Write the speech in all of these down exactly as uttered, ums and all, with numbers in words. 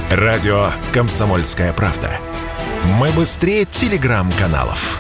Радио «Комсомольская правда». Мы быстрее телеграм-каналов.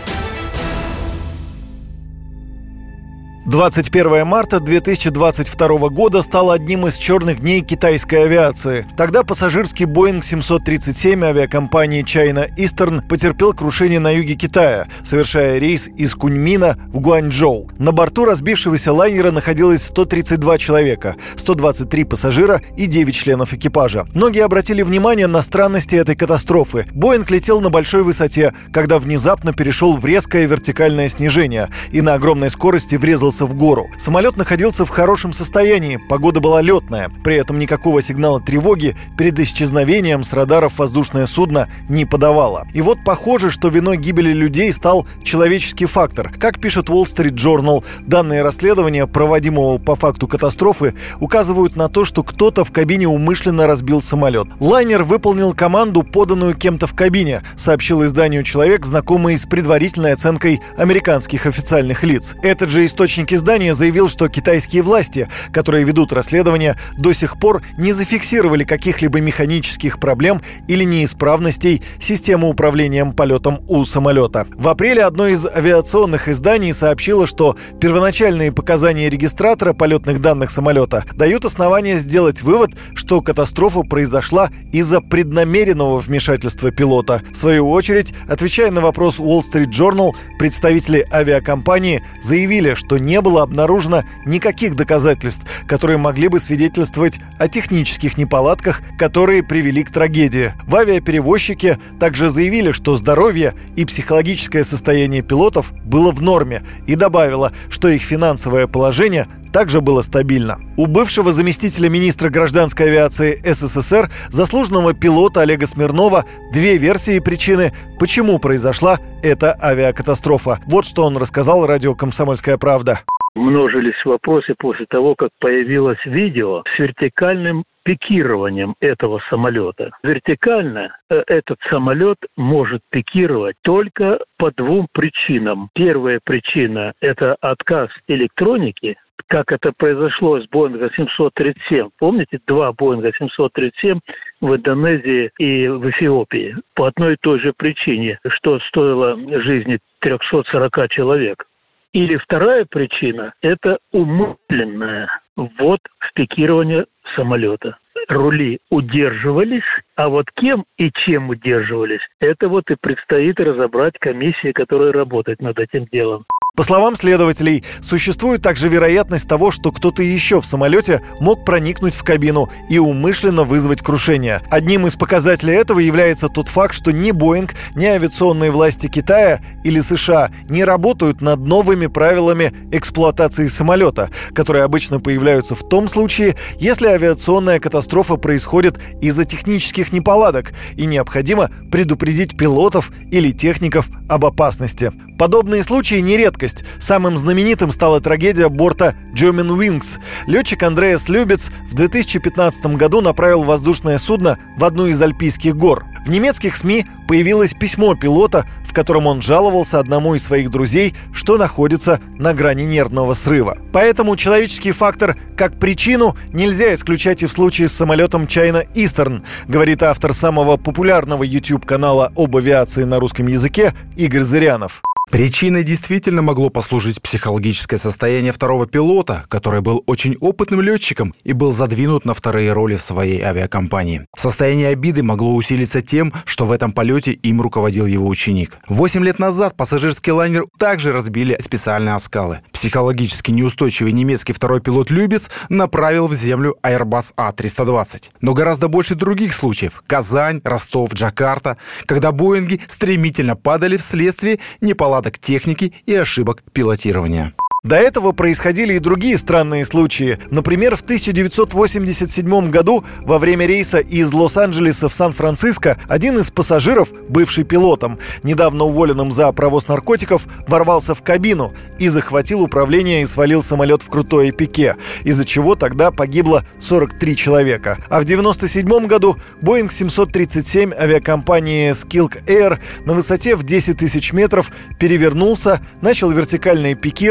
двадцать первое марта две тысячи двадцать второго года стало одним из черных дней китайской авиации. Тогда пассажирский Боинг семьсот тридцать семь авиакомпании China Eastern потерпел крушение на юге Китая, совершая рейс из Куньмина в Гуанчжоу. На борту разбившегося лайнера находилось сто тридцать два человека, сто двадцать три пассажира и девять членов экипажа. Многие обратили внимание на странности этой катастрофы. Боинг летел на большой высоте, когда внезапно перешел в резкое вертикальное снижение и на огромной скорости врезался в гору. Самолет находился в хорошем состоянии, погода была летная. При этом никакого сигнала тревоги перед исчезновением с радаров воздушное судно не подавало. И вот похоже, что виной гибели людей стал человеческий фактор. Как пишет Wall Street Journal, данные расследования, проводимого по факту катастрофы, указывают на то, что кто-то в кабине умышленно разбил самолет. Лайнер выполнил команду, поданную кем-то в кабине, сообщил изданию человек, знакомый с предварительной оценкой американских официальных лиц. Этот же источник издания заявил, что китайские власти, которые ведут расследование, до сих пор не зафиксировали каких-либо механических проблем или неисправностей системы управления полетом у самолета. В апреле одно из авиационных изданий сообщило, что первоначальные показания регистратора полетных данных самолета дают основания сделать вывод, что катастрофа произошла из-за преднамеренного вмешательства пилота. В свою очередь, отвечая на вопрос Wall Street Journal, представители авиакомпании заявили, что не было обнаружено никаких доказательств, которые могли бы свидетельствовать о технических неполадках, которые привели к трагедии. В авиаперевозчике также заявили, что здоровье и психологическое состояние пилотов было в норме, и добавило, что их финансовое положение также было стабильно. У бывшего заместителя министра гражданской авиации СССР, заслуженного пилота Олега Смирнова, две версии причины, почему произошла эта авиакатастрофа. Вот что он рассказал радио «Комсомольская правда». Множились вопросы после того, как появилось видео с вертикальным пикированием этого самолета. Вертикально э, этот самолет может пикировать только по двум причинам. Первая причина – это отказ электроники, как это произошло с Боинга семьсот тридцать семь. Помните, два Боинга семьсот тридцать семь в Индонезии и в Эфиопии? По одной и той же причине, что стоило жизни триста сорок человек. Или вторая причина – это умышленное ввод в пикирование самолета. Рули удерживались, а вот кем и чем удерживались, это вот и предстоит разобрать комиссии, которая работает над этим делом. По словам следователей, существует также вероятность того, что кто-то еще в самолете мог проникнуть в кабину и умышленно вызвать крушение. Одним из показателей этого является тот факт, что ни Боинг, ни авиационные власти Китая или США не работают над новыми правилами эксплуатации самолета, которые обычно появляются в том случае, если авиационная катастрофа происходит из-за технических неполадок и необходимо предупредить пилотов или техников об опасности. Подобные случаи не редкость. Самым знаменитым стала трагедия борта Germanwings. Летчик Андреас Любец в две тысячи пятнадцатом году направил воздушное судно в одну из альпийских гор. В немецких СМИ появилось письмо пилота, в котором он жаловался одному из своих друзей, что находится на грани нервного срыва. Поэтому человеческий фактор как причину нельзя исключать и в случае с самолетом China Eastern, говорит автор самого популярного YouTube-канала об авиации на русском языке Игорь Зырянов. Причиной действительно могло послужить психологическое состояние второго пилота, который был очень опытным летчиком и был задвинут на вторые роли в своей авиакомпании. Состояние обиды могло усилиться тем, что в этом полете им руководил его ученик. Восемь лет назад пассажирский лайнер также разбили специальные оскалы. Психологически неустойчивый немецкий второй пилот Любец направил в землю Airbus А триста двадцать. Но гораздо больше других случаев – Казань, Ростов, Джакарта, когда Боинги стремительно падали вследствие неполадок техники и ошибок пилотирования. До этого происходили и другие странные случаи. Например, в тысяча девятьсот восемьдесят седьмом году во время рейса из Лос-Анджелеса в Сан-Франциско один из пассажиров, бывший пилотом, недавно уволенным за провоз наркотиков, ворвался в кабину и захватил управление и свалил самолет в крутое пике, из-за чего тогда погибло сорок три человека. А в девяносто седьмом году Боинг семьсот тридцать семь авиакомпании Skilk Air на высоте в десять тысяч метров перевернулся, начал вертикальное пикирование,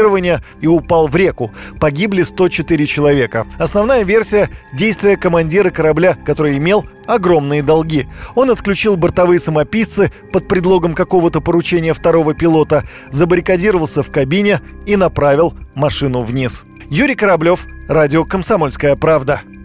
и упал в реку. Погибли сто четыре человека. Основная версия – действия командира корабля, который имел огромные долги. Он отключил бортовые самописцы под предлогом какого-то поручения второго пилота, забаррикадировался в кабине и направил машину вниз. Юрий Кораблев, радио «Комсомольская правда».